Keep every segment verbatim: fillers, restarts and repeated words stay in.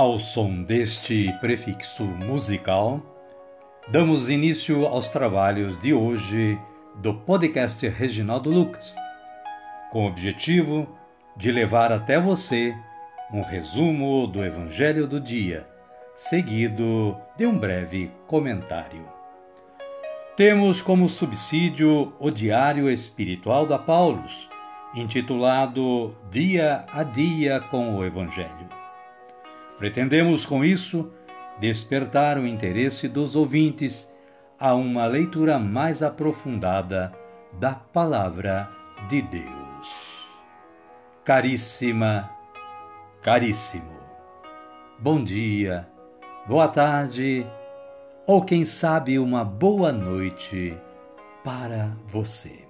Ao som deste prefixo musical, damos início aos trabalhos de hoje do podcast Reginaldo Lucas, com o objetivo de levar até você um resumo do Evangelho do dia, seguido de um breve comentário. Temos como subsídio o Diário Espiritual da Paulus, intitulado Dia a Dia com o Evangelho. Pretendemos, com isso, despertar o interesse dos ouvintes a uma leitura mais aprofundada da Palavra de Deus. Caríssima, caríssimo, bom dia, boa tarde ou, quem sabe, uma boa noite para você.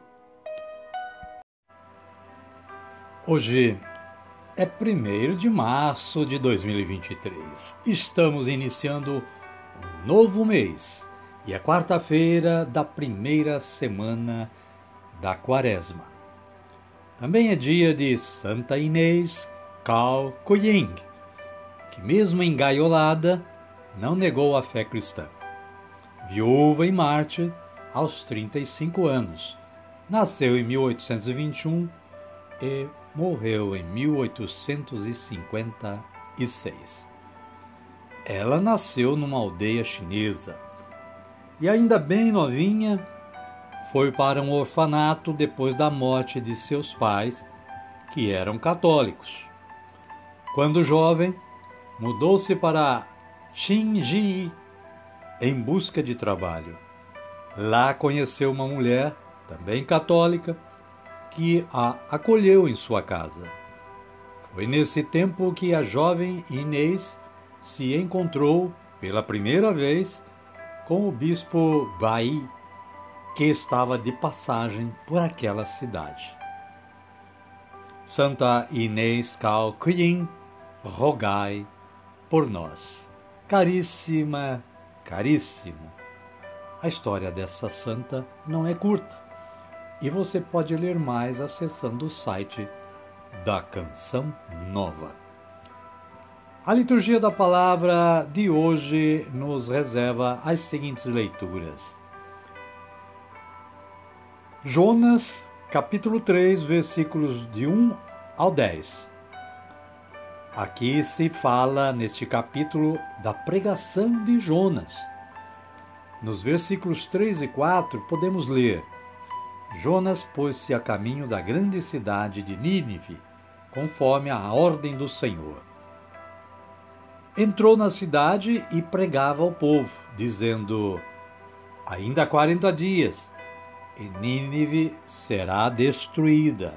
Hoje é primeiro de março de dois mil e vinte e três. Estamos iniciando um novo mês e é quarta-feira da primeira semana da Quaresma. Também é dia de Santa Inês Cao Kuying, que mesmo engaiolada não negou a fé cristã. Viúva e mártir aos trinta e cinco anos, nasceu em mil oitocentos e vinte e um e morreu em mil oitocentos e cinquenta e seis. Ela nasceu numa aldeia chinesa e, ainda bem novinha, foi para um orfanato depois da morte de seus pais, que eram católicos. Quando jovem, mudou-se para Xinji em busca de trabalho. Lá conheceu uma mulher, também católica, que a acolheu em sua casa. Foi nesse tempo que a jovem Inês se encontrou pela primeira vez com o bispo Bai, que estava de passagem por aquela cidade. Santa Inês Cao Kuying, rogai por nós. Caríssima, caríssimo, a história dessa santa não é curta. E você pode ler mais acessando o site da Canção Nova. A liturgia da palavra de hoje nos reserva as seguintes leituras. Jonas, capítulo três, versículos de um ao dez. Aqui se fala, neste capítulo, da pregação de Jonas. Nos versículos três e quatro, podemos ler: Jonas pôs-se a caminho da grande cidade de Nínive, conforme a ordem do Senhor. Entrou na cidade e pregava ao povo, dizendo: ainda há quarenta dias, e Nínive será destruída.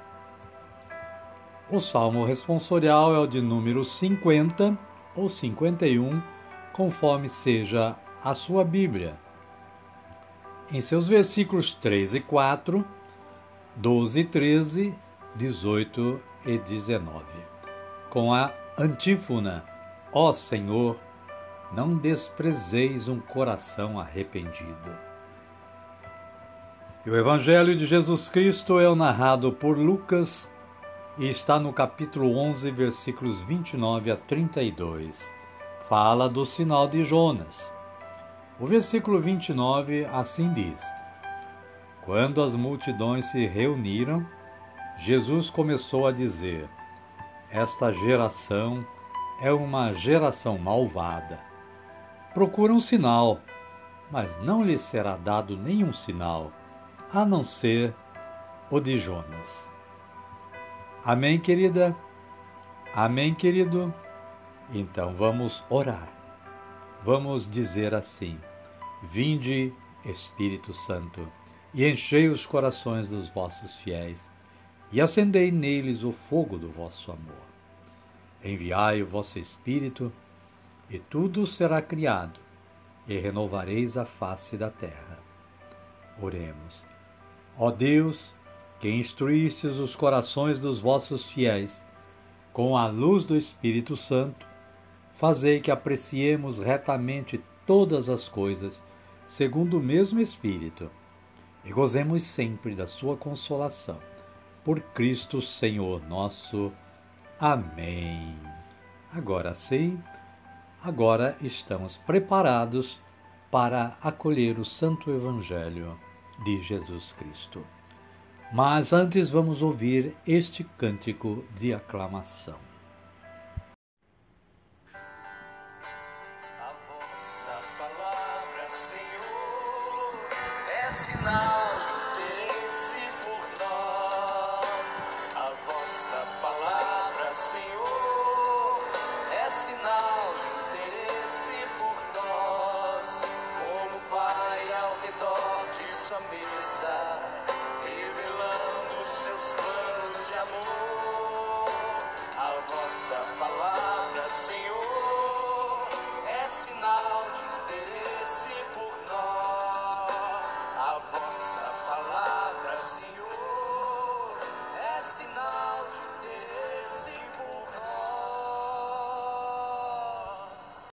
O salmo responsorial é o de número cinquenta ou cinquenta e um, conforme seja a sua Bíblia. Em seus versículos três e quatro, doze e treze, dezoito e dezenove, com a antífona: ó Senhor, não desprezeis um coração arrependido. E o Evangelho de Jesus Cristo é o narrado por Lucas e está no capítulo onze, versículos vinte e nove a trinta e dois. Fala do sinal de Jonas. O versículo vinte e nove assim diz: quando as multidões se reuniram, Jesus começou a dizer: esta geração é uma geração malvada. Procura um sinal, mas não lhe será dado nenhum sinal, a não ser o de Jonas. Amém, querida? Amém, querido? Então vamos orar. Vamos dizer assim: vinde, Espírito Santo, e enchei os corações dos vossos fiéis, e acendei neles o fogo do vosso amor. Enviai o vosso Espírito, e tudo será criado, e renovareis a face da terra. Oremos. Ó Deus, que instruístes os corações dos vossos fiéis com a luz do Espírito Santo, fazei que apreciemos retamente todas as coisas, segundo o mesmo Espírito, e gozemos sempre da sua consolação. Por Cristo Senhor nosso. Amém. Agora sim, agora estamos preparados para acolher o Santo Evangelho de Jesus Cristo. Mas antes vamos ouvir este cântico de aclamação. A vossa palavra, Senhor, é sinal de interesse por nós. A vossa palavra, Senhor, é sinal de interesse por nós. Como Pai ao redor de sua mesa, revelando seus planos de amor. A vossa palavra, Senhor, é sinal de interesse por nós. A vossa palavra, Senhor, é sinal de interesse por nós.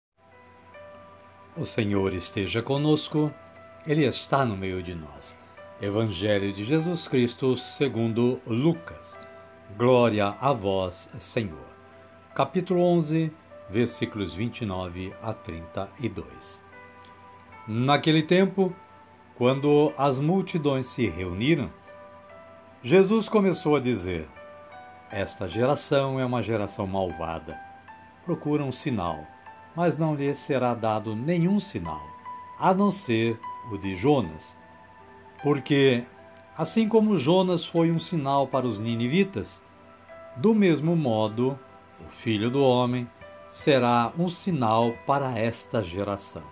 O Senhor esteja conosco, Ele está no meio de nós. Evangelho de Jesus Cristo segundo Lucas. Glória a vós, Senhor. Capítulo onze, versículos vinte e nove a trinta e dois. Naquele tempo, quando as multidões se reuniram, Jesus começou a dizer: Esta geração é uma geração malvada. Procura um sinal, mas não lhe será dado nenhum sinal, a não ser o de Jonas. Porque, assim como Jonas foi um sinal para os ninivitas, do mesmo modo, o Filho do Homem será um sinal para esta geração.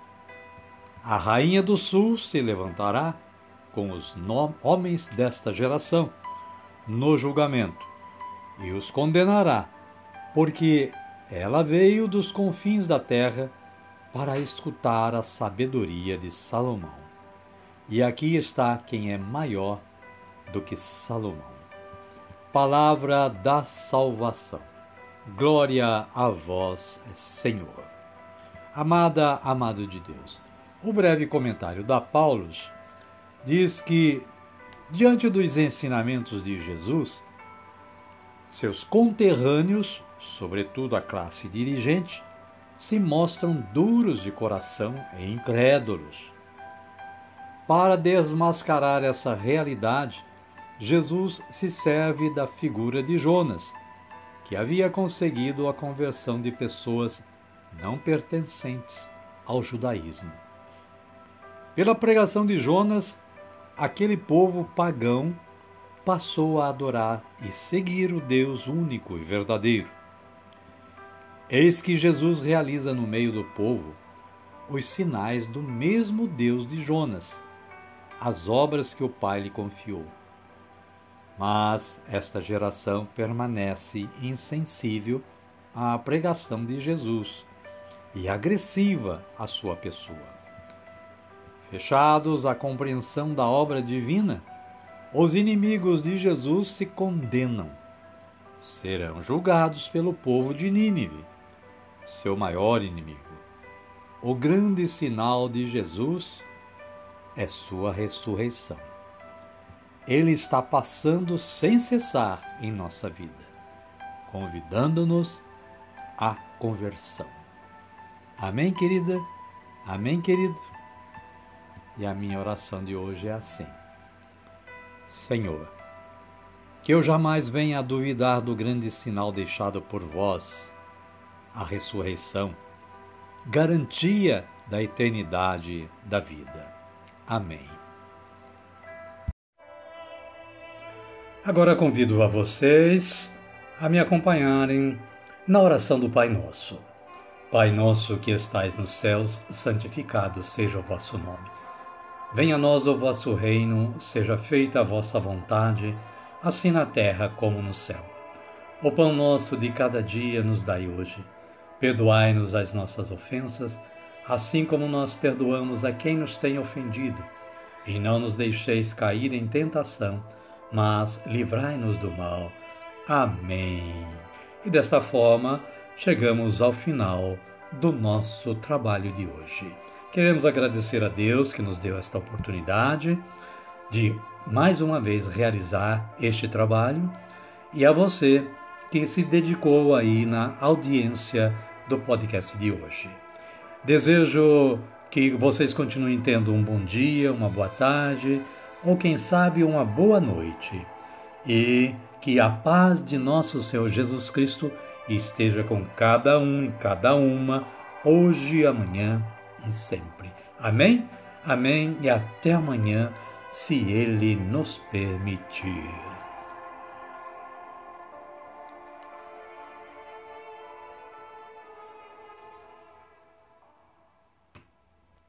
A rainha do sul se levantará com os homens desta geração no julgamento e os condenará, porque ela veio dos confins da terra para escutar a sabedoria de Salomão. E aqui está quem é maior do que Salomão. Palavra da salvação. Glória a vós, Senhor. Amada, amado de Deus, o breve comentário da Paulus diz que, diante dos ensinamentos de Jesus, seus conterrâneos, sobretudo a classe dirigente, se mostram duros de coração e incrédulos. Para desmascarar essa realidade, Jesus se serve da figura de Jonas, que havia conseguido a conversão de pessoas não pertencentes ao judaísmo. Pela pregação de Jonas, aquele povo pagão passou a adorar e seguir o Deus único e verdadeiro. Eis que Jesus realiza no meio do povo os sinais do mesmo Deus de Jonas, as obras que o Pai lhe confiou. Mas esta geração permanece insensível à pregação de Jesus e agressiva à sua pessoa. Fechados à compreensão da obra divina, os inimigos de Jesus se condenam. Serão julgados pelo povo de Nínive, seu maior inimigo. O grande sinal de Jesus é sua ressurreição. Ele está passando sem cessar em nossa vida, convidando-nos à conversão. Amém, querida? Amém, querido? E a minha oração de hoje é assim: Senhor, que eu jamais venha a duvidar do grande sinal deixado por vós, a ressurreição, garantia da eternidade da vida. Amém. Agora convido a vocês a me acompanharem na oração do Pai Nosso. Pai nosso que estais nos céus, santificado seja o vosso nome. Venha a nós o vosso reino, seja feita a vossa vontade, assim na terra como no céu. O pão nosso de cada dia nos dai hoje. Perdoai-nos as nossas ofensas, assim como nós perdoamos a quem nos tem ofendido. E não nos deixeis cair em tentação, mas livrai-nos do mal. Amém. E desta forma, chegamos ao final do nosso trabalho de hoje. Queremos agradecer a Deus que nos deu esta oportunidade de, mais uma vez, realizar este trabalho, e a você que se dedicou aí na audiência do podcast de hoje. Desejo que vocês continuem tendo um bom dia, uma boa tarde ou quem sabe uma boa noite. E que a paz de nosso Senhor Jesus Cristo esteja com cada um e cada uma, hoje, amanhã e sempre. Amém? Amém e até amanhã, se Ele nos permitir.